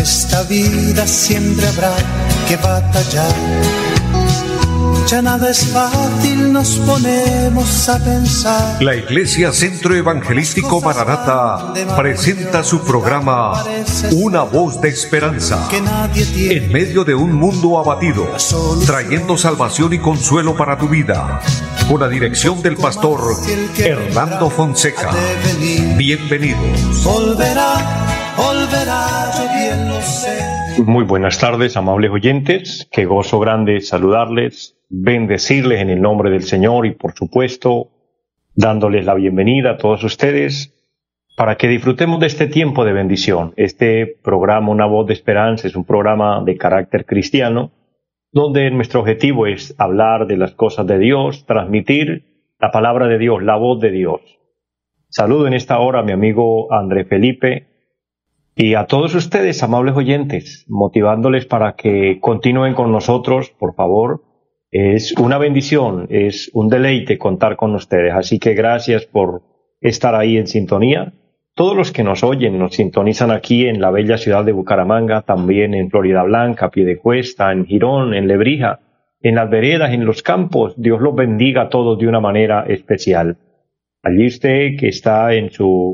esta vida siempre habrá que batallar. Ya nada es fácil, nos ponemos a pensar. La Iglesia Centro Evangelístico Maranata presenta su programa Una Voz de Esperanza, en medio de un mundo abatido, trayendo salvación y consuelo para tu vida, con la dirección del pastor Hernando Fonseca. Bienvenidos. Volverá, yo bien lo sé. Muy buenas tardes, amables oyentes. Qué gozo grande saludarles, bendecirles en el nombre del Señor y, por supuesto, dándoles la bienvenida a todos ustedes para que disfrutemos de este tiempo de bendición. Este programa, Una Voz de Esperanza, es un programa de carácter cristiano, donde nuestro objetivo es hablar de las cosas de Dios, transmitir la palabra de Dios, la voz de Dios. Saludo en esta hora a mi amigo André Felipe y a todos ustedes, amables oyentes, motivándoles para que continúen con nosotros, por favor. Es una bendición, es un deleite contar con ustedes. Así que gracias por estar ahí en sintonía. Todos los que nos oyen, nos sintonizan aquí en la bella ciudad de Bucaramanga, también en Floridablanca, Piedecuesta, en Girón, en Lebrija, en las veredas, en los campos. Dios los bendiga a todos de una manera especial. Allí usted que está en su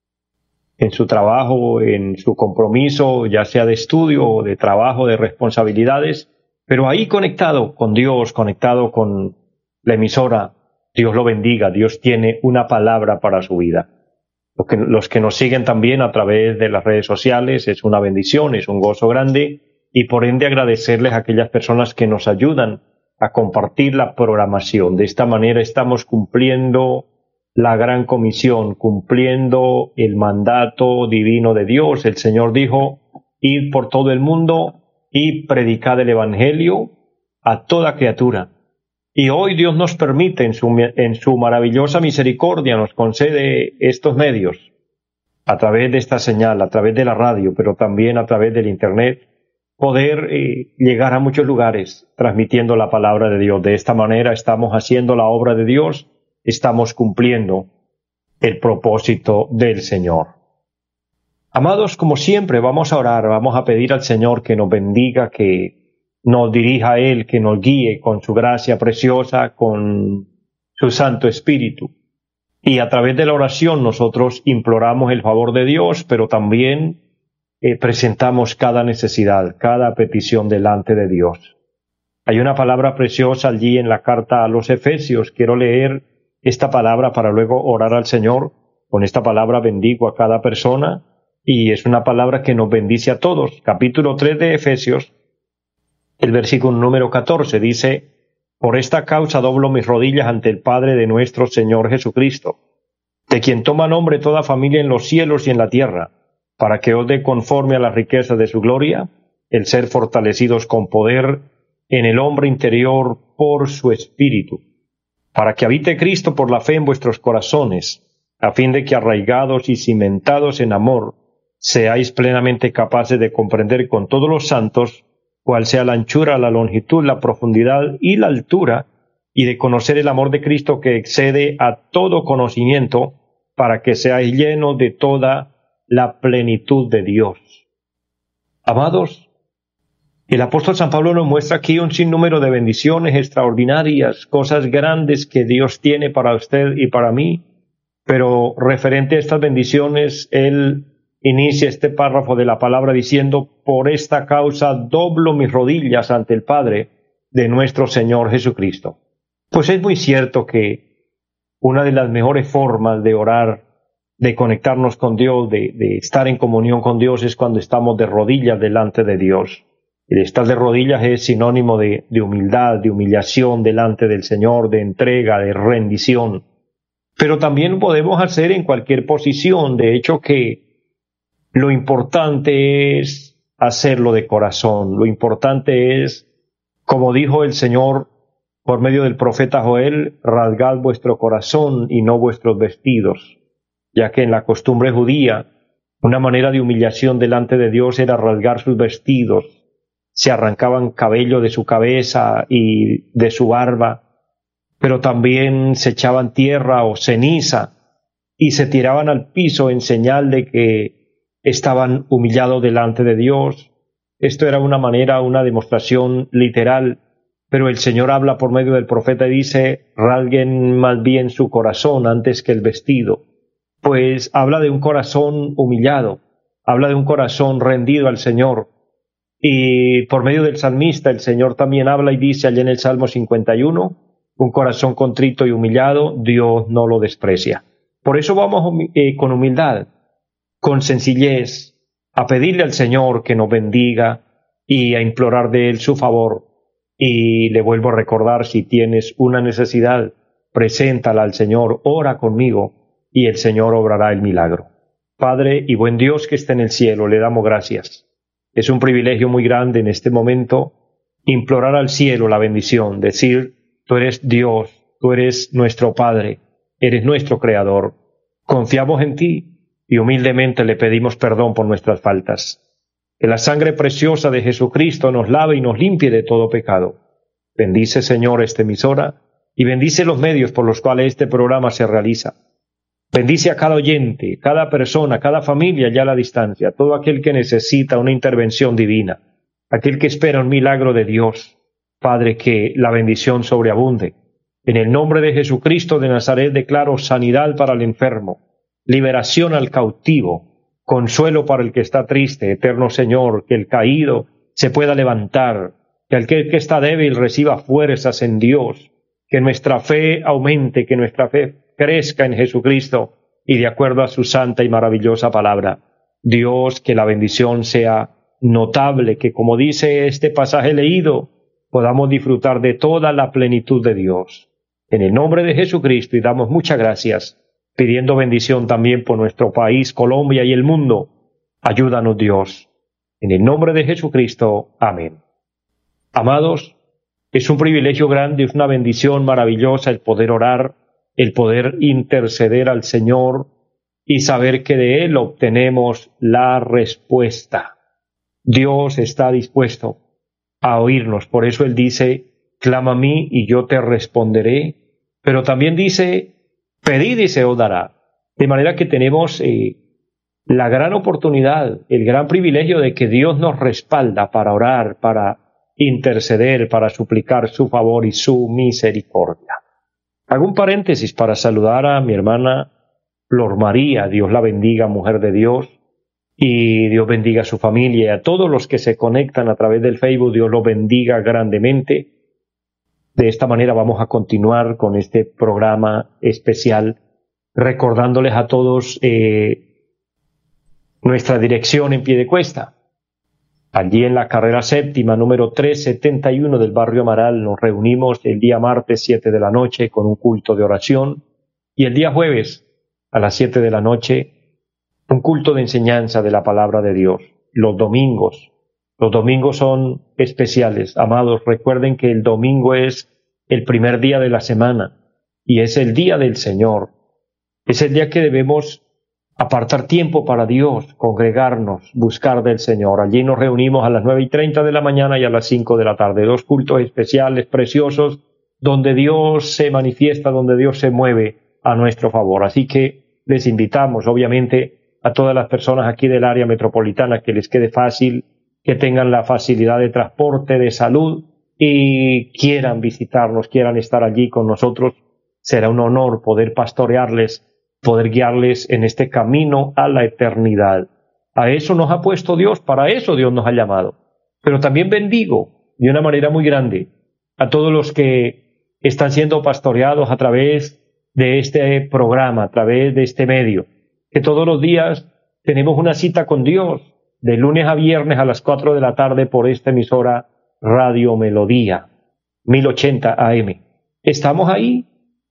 trabajo, en su compromiso, ya sea de estudio, de trabajo, de responsabilidades, pero ahí conectado con Dios, conectado con la emisora, Dios lo bendiga. Dios tiene una palabra para su vida. Los que nos siguen también a través de las redes sociales, es una bendición, es un gozo grande, y por ende agradecerles a aquellas personas que nos ayudan a compartir la programación. De esta manera estamos cumpliendo la gran comisión, cumpliendo el mandato divino de Dios. El Señor dijo: id por todo el mundo y predicad el Evangelio a toda criatura. Y hoy Dios nos permite, en su maravillosa misericordia, nos concede estos medios, a través de esta señal, a través de la radio, pero también a través del Internet, poder llegar a muchos lugares transmitiendo la palabra de Dios. De esta manera estamos haciendo la obra de Dios, estamos cumpliendo el propósito del Señor. Amados, como siempre, vamos a orar, vamos a pedir al Señor que nos bendiga, que nos dirija a Él, que nos guíe con su gracia preciosa, con su Santo Espíritu. Y a través de la oración nosotros imploramos el favor de Dios, pero también presentamos cada necesidad, cada petición delante de Dios. Hay una palabra preciosa allí en la carta a los Efesios. Quiero leer esta palabra para luego orar al Señor. Con esta palabra bendigo a cada persona y es una palabra que nos bendice a todos. Capítulo 3 de Efesios, el versículo número 14 dice: por esta causa doblo mis rodillas ante el Padre de nuestro Señor Jesucristo, de quien toma nombre toda familia en los cielos y en la tierra, para que os dé conforme a las riquezas de su gloria, el ser fortalecidos con poder en el hombre interior por su Espíritu, para que habite Cristo por la fe en vuestros corazones, a fin de que arraigados y cimentados en amor, seáis plenamente capaces de comprender con todos los santos cuál sea la anchura, la longitud, la profundidad y la altura, y de conocer el amor de Cristo que excede a todo conocimiento, para que seáis llenos de toda la plenitud de Dios. Amados, el apóstol San Pablo nos muestra aquí un sinnúmero de bendiciones extraordinarias, cosas grandes que Dios tiene para usted y para mí, pero referente a estas bendiciones, él inicia este párrafo de la palabra diciendo: por esta causa doblo mis rodillas ante el Padre de nuestro Señor Jesucristo. Pues es muy cierto que una de las mejores formas de orar, de conectarnos con Dios, de estar en comunión con Dios, es cuando estamos de rodillas delante de Dios. El estar de rodillas es sinónimo de humildad, de humillación delante del Señor, de entrega, de rendición. Pero también lo podemos hacer en cualquier posición. De hecho, que lo importante es hacerlo de corazón. Lo importante es, como dijo el Señor por medio del profeta Joel: rasgad vuestro corazón y no vuestros vestidos, ya que en la costumbre judía una manera de humillación delante de Dios era rasgar sus vestidos. Se arrancaban cabello de su cabeza y de su barba, pero también se echaban tierra o ceniza y se tiraban al piso en señal de que estaban humillados delante de Dios. Esto era una demostración literal, pero el Señor habla por medio del profeta y dice: rasguen más bien su corazón antes que el vestido. Pues habla de un corazón humillado, habla de un corazón rendido al Señor. Y por medio del salmista el Señor también habla y dice allá en el Salmo 51, un corazón contrito y humillado, Dios no lo desprecia. Por eso vamos con humildad, con sencillez, a pedirle al Señor que nos bendiga y a implorar de Él su favor. Y le vuelvo a recordar, si tienes una necesidad, preséntala al Señor, ora conmigo y el Señor obrará el milagro. Padre y buen Dios que está en el cielo, le damos gracias. Es un privilegio muy grande en este momento implorar al cielo la bendición, decir: tú eres Dios, tú eres nuestro Padre, eres nuestro Creador. Confiamos en ti y humildemente le pedimos perdón por nuestras faltas. Que la sangre preciosa de Jesucristo nos lave y nos limpie de todo pecado. Bendice, Señor, esta emisora y bendice los medios por los cuales este programa se realiza. Bendice a cada oyente, cada persona, cada familia ya a la distancia, todo aquel que necesita una intervención divina, aquel que espera un milagro de Dios. Padre, que la bendición sobreabunde. En el nombre de Jesucristo de Nazaret declaro sanidad para el enfermo, liberación al cautivo, consuelo para el que está triste. Eterno Señor, que el caído se pueda levantar, que aquel que está débil reciba fuerzas en Dios, que nuestra fe aumente, que nuestra fe crezca en Jesucristo y de acuerdo a su santa y maravillosa palabra. Dios, que la bendición sea notable, que como dice este pasaje leído, podamos disfrutar de toda la plenitud de Dios. En el nombre de Jesucristo, y damos muchas gracias, pidiendo bendición también por nuestro país, Colombia y el mundo. Ayúdanos, Dios. En el nombre de Jesucristo. Amén. Amados, es un privilegio grande, es una bendición maravillosa el poder orar, el poder interceder al Señor y saber que de Él obtenemos la respuesta. Dios está dispuesto a oírnos, por eso Él dice: clama a mí y yo te responderé, pero también dice: pedid y se os dará. De manera que tenemos la gran oportunidad, el gran privilegio de que Dios nos respalda para orar, para interceder, para suplicar su favor y su misericordia. Hago un paréntesis para saludar a mi hermana Flor María, Dios la bendiga, mujer de Dios, y Dios bendiga a su familia y a todos los que se conectan a través del Facebook, Dios los bendiga grandemente. De esta manera vamos a continuar con este programa especial, recordándoles a todos nuestra dirección en Piedecuesta. Allí en la carrera séptima, número 371 del barrio Amaral, nos reunimos el día martes 7 de la noche con un culto de oración y el día jueves a las 7 de la noche un culto de enseñanza de la palabra de Dios. Los domingos son especiales. Amados, recuerden que el domingo es el primer día de la semana y es el día del Señor. Es el día que debemos apartar tiempo para Dios, congregarnos, buscar del Señor. Allí nos reunimos a las 9:30 de la mañana y a las 5 de la tarde. Dos cultos especiales, preciosos, donde Dios se manifiesta, donde Dios se mueve a nuestro favor. Así que les invitamos, obviamente, a todas las personas aquí del área metropolitana que les quede fácil, que tengan la facilidad de transporte, de salud y quieran visitarnos, quieran estar allí con nosotros. Será un honor poder pastorearles, poder guiarles en este camino a la eternidad. A eso nos ha puesto Dios, para eso Dios nos ha llamado. Pero también bendigo de una manera muy grande a todos los que están siendo pastoreados a través de este programa, a través de este medio, que todos los días tenemos una cita con Dios, de lunes a viernes a las 4 de la tarde por esta emisora Radio Melodía, 1080 AM. Estamos ahí.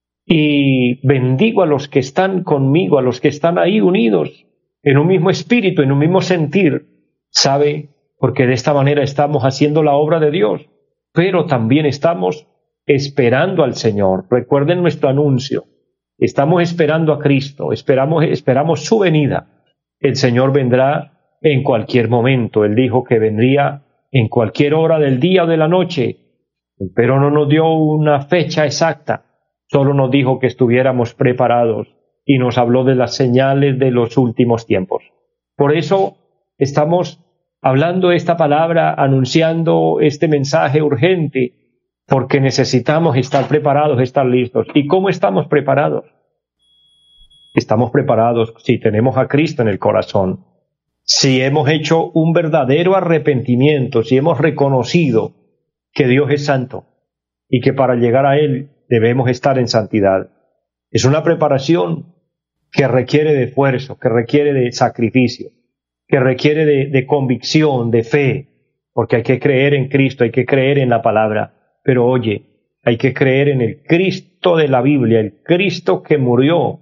Y bendigo a los que están conmigo, a los que están ahí unidos, en un mismo espíritu, en un mismo sentir. ¿Sabe? Porque de esta manera estamos haciendo la obra de Dios, pero también estamos esperando al Señor. Recuerden nuestro anuncio. Estamos esperando a Cristo, esperamos su venida. El Señor vendrá en cualquier momento. Él dijo que vendría en cualquier hora del día o de la noche, pero no nos dio una fecha exacta. Solo nos dijo que estuviéramos preparados y nos habló de las señales de los últimos tiempos. Por eso estamos hablando esta palabra, anunciando este mensaje urgente, porque necesitamos estar preparados, estar listos. ¿Y cómo estamos preparados? Estamos preparados si tenemos a Cristo en el corazón, si hemos hecho un verdadero arrepentimiento, si hemos reconocido que Dios es santo y que para llegar a Él debemos estar en santidad. Es una preparación que requiere de esfuerzo, que requiere de sacrificio, que requiere de convicción, de fe, porque hay que creer en Cristo, hay que creer en la palabra. Pero oye, hay que creer en el Cristo de la Biblia, el Cristo que murió,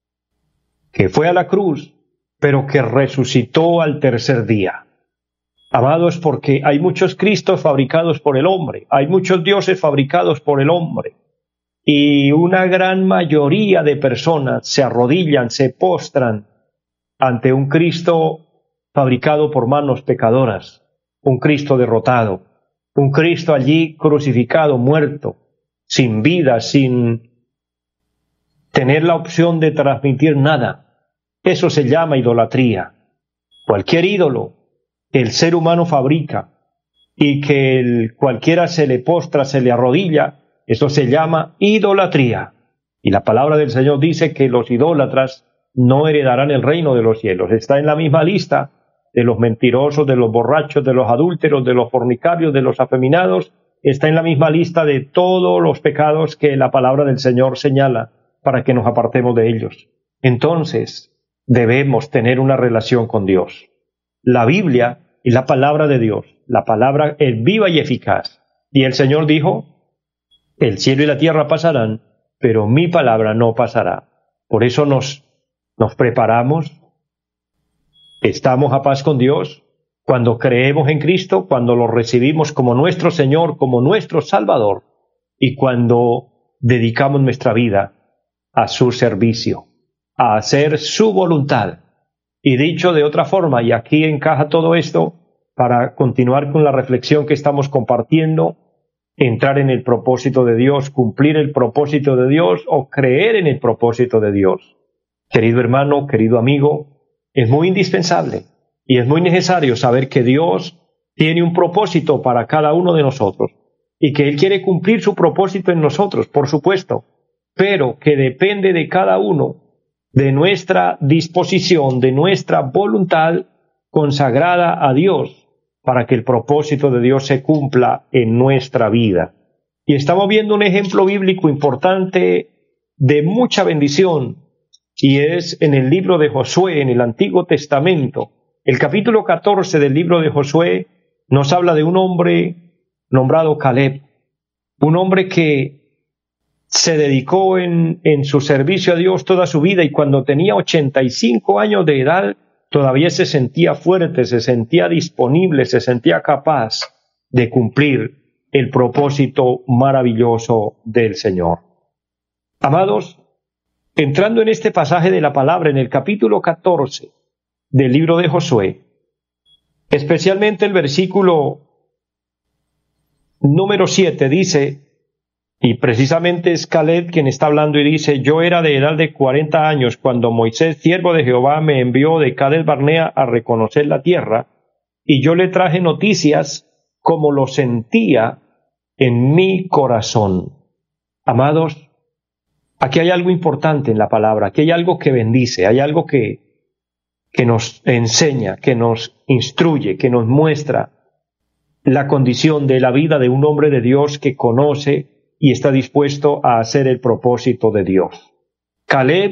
que fue a la cruz, pero que resucitó al tercer día. Amados, porque hay muchos Cristos fabricados por el hombre, hay muchos dioses fabricados por el hombre, y una gran mayoría de personas se arrodillan, se postran ante un Cristo fabricado por manos pecadoras, un Cristo derrotado, un Cristo allí crucificado, muerto, sin vida, sin tener la opción de transmitir nada. Eso se llama idolatría. Cualquier ídolo que el ser humano fabrica y que cualquiera se le postra, se le arrodilla, eso se llama idolatría. Y la palabra del Señor dice que los idólatras no heredarán el reino de los cielos. Está en la misma lista de los mentirosos, de los borrachos, de los adúlteros, de los fornicarios, de los afeminados. Está en la misma lista de todos los pecados que la palabra del Señor señala para que nos apartemos de ellos. Entonces, debemos tener una relación con Dios. La Biblia es la palabra de Dios. La palabra es viva y eficaz. Y el Señor dijo, el cielo y la tierra pasarán, pero mi palabra no pasará. Por eso nos preparamos, estamos a paz con Dios, cuando creemos en Cristo, cuando lo recibimos como nuestro Señor, como nuestro Salvador, y cuando dedicamos nuestra vida a su servicio, a hacer su voluntad. Y dicho de otra forma, y aquí encaja todo esto, para continuar con la reflexión que estamos compartiendo, entrar en el propósito de Dios, cumplir el propósito de Dios o creer en el propósito de Dios. Querido hermano, querido amigo, es muy indispensable y es muy necesario saber que Dios tiene un propósito para cada uno de nosotros y que Él quiere cumplir su propósito en nosotros, por supuesto, pero que depende de cada uno, de nuestra disposición, de nuestra voluntad consagrada a Dios para que el propósito de Dios se cumpla en nuestra vida. Y estamos viendo un ejemplo bíblico importante de mucha bendición, y es en el libro de Josué, en el Antiguo Testamento. El capítulo 14 del libro de Josué nos habla de un hombre nombrado Caleb, un hombre que se dedicó en su servicio a Dios toda su vida, y cuando tenía 85 años de edad todavía se sentía fuerte, se sentía disponible, se sentía capaz de cumplir el propósito maravilloso del Señor. Amados, entrando en este pasaje de la palabra, en el capítulo 14 del libro de Josué, especialmente el versículo número 7 dice, y precisamente es Caleb quien está hablando y dice, yo era de edad de 40 años cuando Moisés, siervo de Jehová, me envió de Cades Barnea a reconocer la tierra, y yo le traje noticias como lo sentía en mi corazón. Amados, aquí hay algo importante en la palabra, aquí hay algo que bendice, hay algo que nos enseña, que nos instruye, que nos muestra la condición de la vida de un hombre de Dios que conoce y está dispuesto a hacer el propósito de Dios. Caleb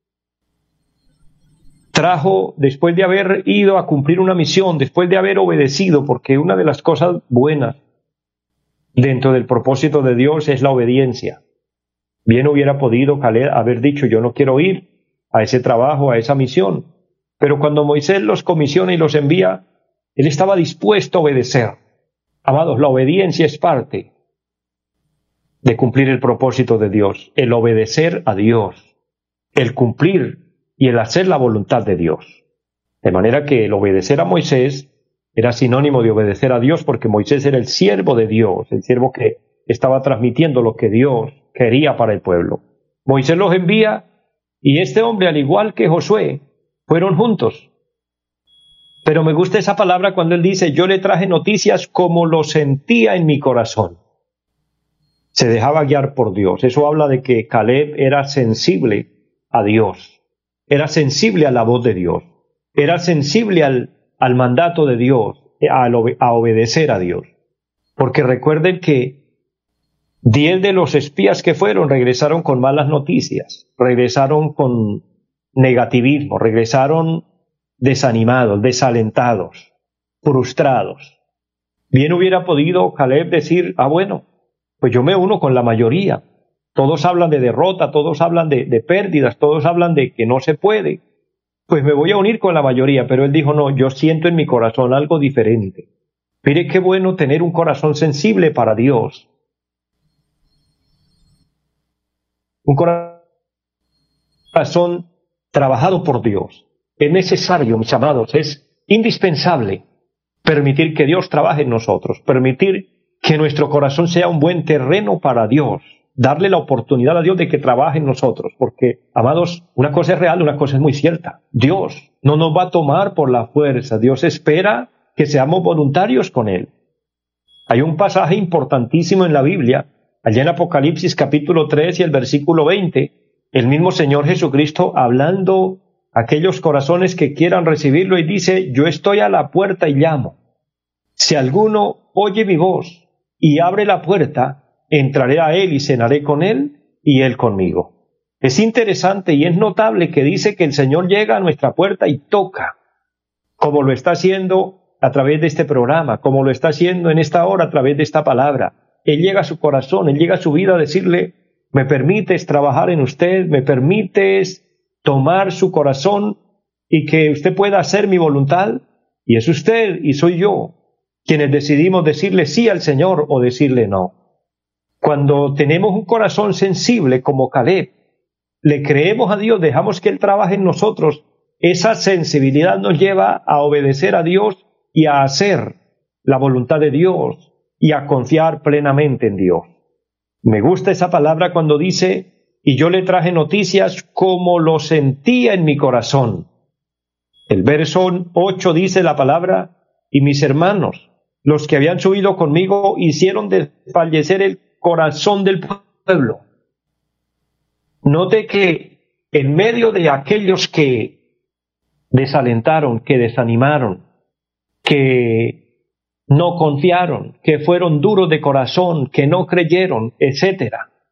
trajo, después de haber ido a cumplir una misión, después de haber obedecido, porque una de las cosas buenas dentro del propósito de Dios es la obediencia. Bien hubiera podido Caleb haber dicho, yo no quiero ir a ese trabajo, a esa misión. Pero cuando Moisés los comisiona y los envía, él estaba dispuesto a obedecer. Amados, la obediencia es parte de cumplir el propósito de Dios, el obedecer a Dios, el cumplir y el hacer la voluntad de Dios. De manera que el obedecer a Moisés era sinónimo de obedecer a Dios, porque Moisés era el siervo de Dios, el siervo que estaba transmitiendo lo que Dios quería para el pueblo. Moisés los envía y este hombre, al igual que Josué, fueron juntos. Pero me gusta esa palabra cuando él dice, yo le traje noticias como lo sentía en mi corazón. Se dejaba guiar por Dios. Eso habla de que Caleb era sensible a Dios. Era sensible a la voz de Dios. Era sensible al mandato de Dios, a obedecer a Dios. Porque recuerden que 10 de los espías que fueron regresaron con malas noticias, regresaron con negativismo, regresaron desanimados, desalentados, frustrados. Bien hubiera podido Caleb decir, bueno, pues yo me uno con la mayoría. Todos hablan de derrota, todos hablan de pérdidas, todos hablan de que no se puede. Pues me voy a unir con la mayoría, pero él dijo, no, yo siento en mi corazón algo diferente. Mire qué bueno tener un corazón sensible para Dios. Un corazón trabajado por Dios. Es necesario, mis amados, es indispensable permitir que Dios trabaje en nosotros, permitir que nuestro corazón sea un buen terreno para Dios, darle la oportunidad a Dios de que trabaje en nosotros, porque, amados, una cosa es real, una cosa es muy cierta. Dios no nos va a tomar por la fuerza, Dios espera que seamos voluntarios con Él. Hay un pasaje importantísimo en la Biblia, allá en Apocalipsis capítulo 3 y el versículo 20, el mismo Señor Jesucristo hablando a aquellos corazones que quieran recibirlo y dice, yo estoy a la puerta y llamo. Si alguno oye mi voz y abre la puerta, entraré a él y cenaré con él y él conmigo. Es interesante y es notable que dice que el Señor llega a nuestra puerta y toca, como lo está haciendo a través de este programa, como lo está haciendo en esta hora a través de esta palabra. Él llega a su corazón, Él llega a su vida a decirle, ¿me permites trabajar en usted? ¿Me permites tomar su corazón y que usted pueda hacer mi voluntad? Y es usted y soy yo quienes decidimos decirle sí al Señor o decirle no. Cuando tenemos un corazón sensible como Caleb, le creemos a Dios, dejamos que Él trabaje en nosotros, esa sensibilidad nos lleva a obedecer a Dios y a hacer la voluntad de Dios y a confiar plenamente en Dios. Me gusta esa palabra cuando dice, y yo le traje noticias como lo sentía en mi corazón. El verso 8 dice la palabra, y mis hermanos, los que habían subido conmigo, hicieron desfallecer el corazón del pueblo. Note que en medio de aquellos que desalentaron, que desanimaron, que no confiaron, que fueron duros de corazón, que no creyeron, etc.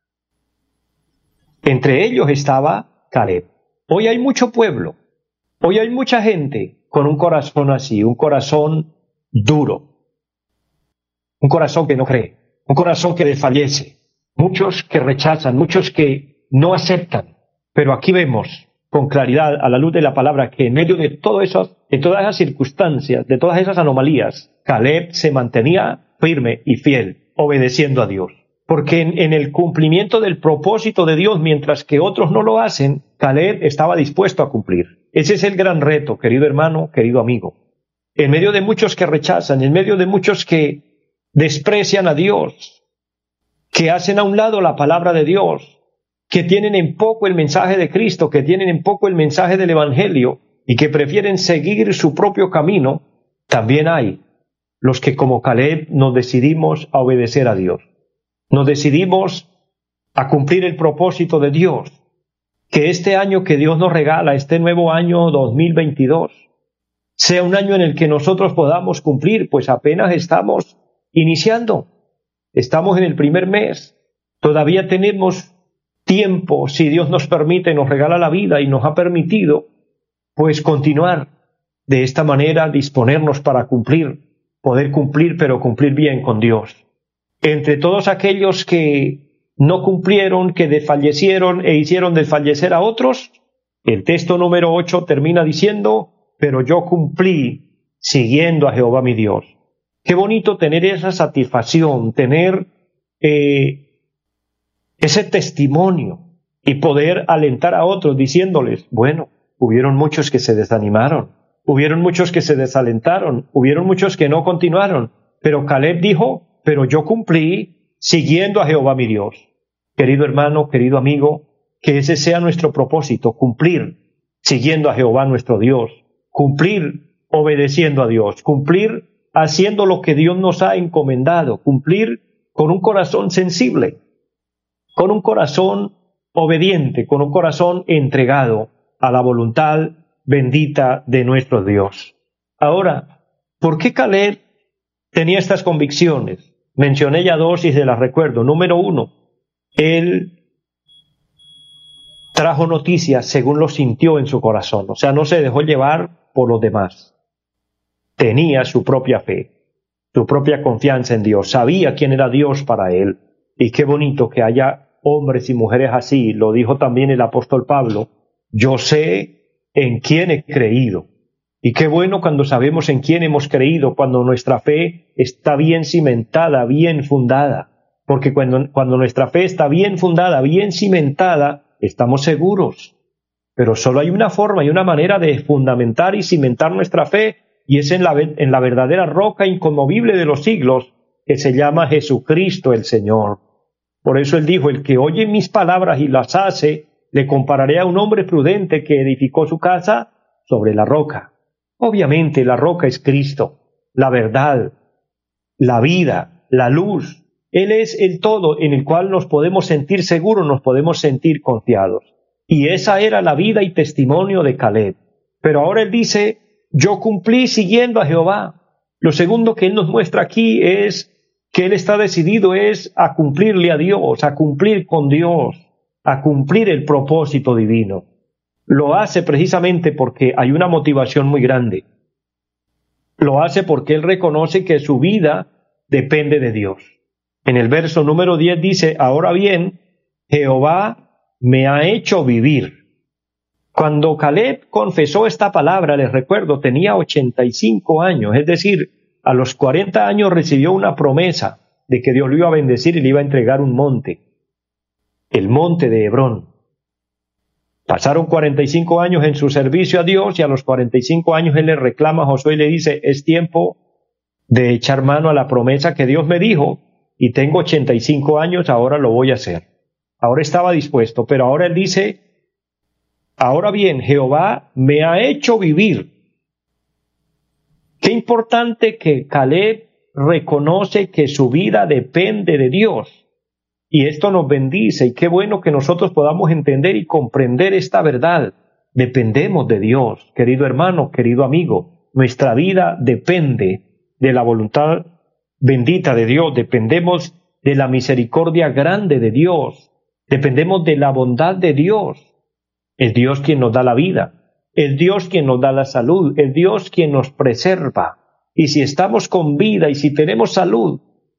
Entre ellos estaba Caleb. Hoy hay mucho pueblo, hoy hay mucha gente con un corazón así, un corazón duro, un corazón que no cree, un corazón que desfallece, muchos que rechazan, muchos que no aceptan. Pero aquí vemos con claridad, a la luz de la palabra, que en medio de todas esas circunstancias, de todas esas anomalías, Caleb se mantenía firme y fiel, obedeciendo a Dios. Porque en el cumplimiento del propósito de Dios, mientras que otros no lo hacen, Caleb estaba dispuesto a cumplir. Ese es el gran reto, querido hermano, querido amigo. En medio de muchos que rechazan, en medio de muchos que desprecian a Dios, que hacen a un lado la palabra de Dios, que tienen en poco el mensaje de Cristo, que tienen en poco el mensaje del Evangelio y que prefieren seguir su propio camino, también hay los que como Caleb nos decidimos a obedecer a Dios. Nos decidimos a cumplir el propósito de Dios. Que este año que Dios nos regala, este nuevo año 2022, sea un año en el que nosotros podamos cumplir, pues apenas estamos iniciando. Estamos en el primer mes. Todavía tenemos tiempo, si Dios nos permite, nos regala la vida y nos ha permitido, pues continuar de esta manera, disponernos para cumplir, poder cumplir, pero cumplir bien con Dios. Entre todos aquellos que no cumplieron, que desfallecieron e hicieron desfallecer a otros, el texto número 8 termina diciendo, pero yo cumplí siguiendo a Jehová mi Dios. Qué bonito tener esa satisfacción, tener ese testimonio y poder alentar a otros diciéndoles, bueno, hubieron muchos que se desanimaron, hubieron muchos que se desalentaron, hubieron muchos que no continuaron, pero Caleb dijo, pero yo cumplí siguiendo a Jehová mi Dios. Querido hermano, querido amigo, que ese sea nuestro propósito, cumplir siguiendo a Jehová nuestro Dios, cumplir obedeciendo a Dios, cumplir haciendo lo que Dios nos ha encomendado, cumplir con un corazón sensible, con un corazón obediente, con un corazón entregado a la voluntad bendita de nuestro Dios. Ahora, ¿por qué Caleb tenía estas convicciones? Mencioné ya dos y se las recuerdo. Número 1, él trajo noticias según lo sintió en su corazón, o sea, no se dejó llevar por los demás. Tenía su propia fe, su propia confianza en Dios, sabía quién era Dios para él. Y qué bonito que haya hombres y mujeres así, lo dijo también el apóstol Pablo, yo sé en quién he creído. Y qué bueno cuando sabemos en quién hemos creído, cuando nuestra fe está bien cimentada, bien fundada. Porque cuando nuestra fe está bien fundada, bien cimentada, estamos seguros. Pero solo hay una forma y una manera de fundamentar y cimentar nuestra fe, y es en la verdadera roca inconmovible de los siglos, que se llama Jesucristo el Señor. Por eso él dijo, el que oye mis palabras y las hace, le compararé a un hombre prudente que edificó su casa sobre la roca. Obviamente la roca es Cristo, la verdad, la vida, la luz. Él es el todo en el cual nos podemos sentir seguros, nos podemos sentir confiados. Y esa era la vida y testimonio de Caleb. Pero ahora él dice, yo cumplí siguiendo a Jehová. Lo segundo que él nos muestra aquí es que él está decidido es a cumplirle a Dios, a cumplir con Dios, a cumplir el propósito divino. Lo hace precisamente porque hay una motivación muy grande. Lo hace porque él reconoce que su vida depende de Dios. En el verso número 10 dice, ahora bien, Jehová me ha hecho vivir. Cuando Caleb confesó esta palabra, les recuerdo, tenía 85 años, es decir, a los 40 años recibió una promesa de que Dios lo iba a bendecir y le iba a entregar un monte, el monte de Hebrón. Pasaron 45 años en su servicio a Dios y a los 45 años él le reclama a Josué y le dice, es tiempo de echar mano a la promesa que Dios me dijo y tengo 85 años, ahora lo voy a hacer. Ahora estaba dispuesto, pero ahora él dice, ahora bien, Jehová me ha hecho vivir. Qué importante que Caleb reconoce que su vida depende de Dios. Y esto nos bendice, y qué bueno que nosotros podamos entender y comprender esta verdad. Dependemos de Dios, querido hermano, querido amigo. Nuestra vida depende de la voluntad bendita de Dios. Dependemos de la misericordia grande de Dios. Dependemos de la bondad de Dios. Es Dios quien nos da la vida. Es Dios quien nos da la salud. Es Dios quien nos preserva. Y si estamos con vida y si tenemos salud,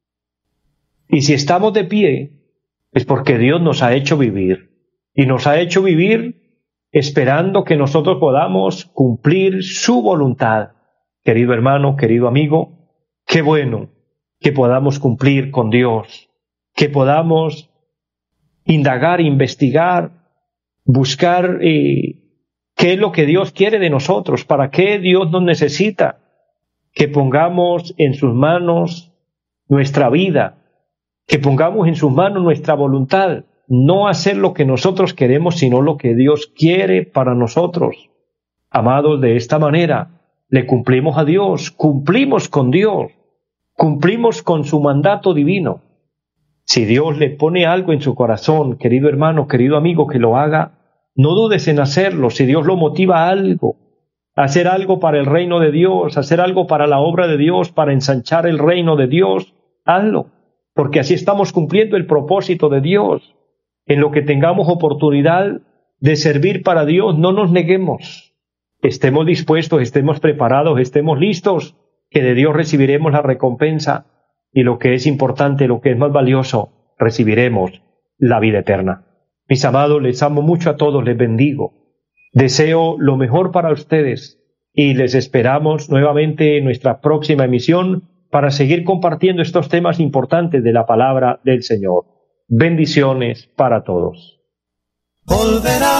y si estamos de pie, es porque Dios nos ha hecho vivir. Y nos ha hecho vivir esperando que nosotros podamos cumplir su voluntad. Querido hermano, querido amigo, qué bueno que podamos cumplir con Dios, que podamos indagar, investigar, buscar qué es lo que Dios quiere de nosotros, para qué Dios nos necesita, que pongamos en sus manos nuestra vida, que pongamos en sus manos nuestra voluntad, no hacer lo que nosotros queremos, sino lo que Dios quiere para nosotros. Amados, de esta manera le cumplimos a Dios, cumplimos con Dios, cumplimos con su mandato divino. Si Dios le pone algo en su corazón, querido hermano, querido amigo, que lo haga, no dudes en hacerlo. Si Dios lo motiva a algo, a hacer algo para el reino de Dios, a hacer algo para la obra de Dios, para ensanchar el reino de Dios, hazlo. Porque así estamos cumpliendo el propósito de Dios. En lo que tengamos oportunidad de servir para Dios, no nos neguemos. Estemos dispuestos, estemos preparados, estemos listos, que de Dios recibiremos la recompensa. Y lo que es importante, lo que es más valioso, recibiremos la vida eterna. Mis amados, les amo mucho a todos, les bendigo. Deseo lo mejor para ustedes y les esperamos nuevamente en nuestra próxima emisión para seguir compartiendo estos temas importantes de la palabra del Señor. Bendiciones para todos. Volverá,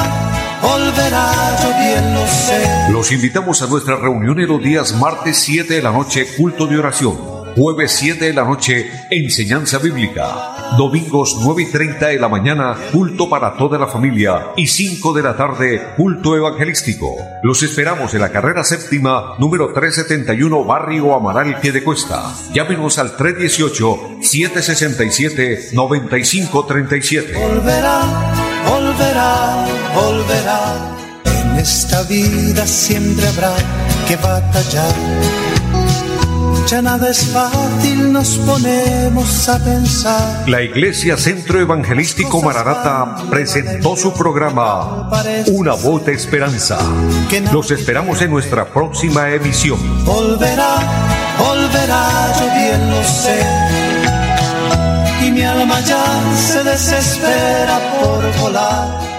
yo bien lo sé. Los invitamos a nuestra reunión en los días martes 7 de la noche, culto de oración. Jueves 7 de la noche, enseñanza bíblica. Domingos 9:30 de la mañana, culto para toda la familia. Y 5 de la tarde, culto evangelístico. Los esperamos en la carrera séptima, número 371, Barrio Amaral, Piedecuesta. Llámenos al 318-767-9537. Volverá. En esta vida siempre habrá que batallar. Ya nada es fácil, nos ponemos a pensar. La Iglesia Centro Evangelístico Maranata presentó su programa Una Voz de Esperanza. Los esperamos en nuestra próxima emisión. Volverá, yo bien lo sé. Y mi alma ya se desespera por volar.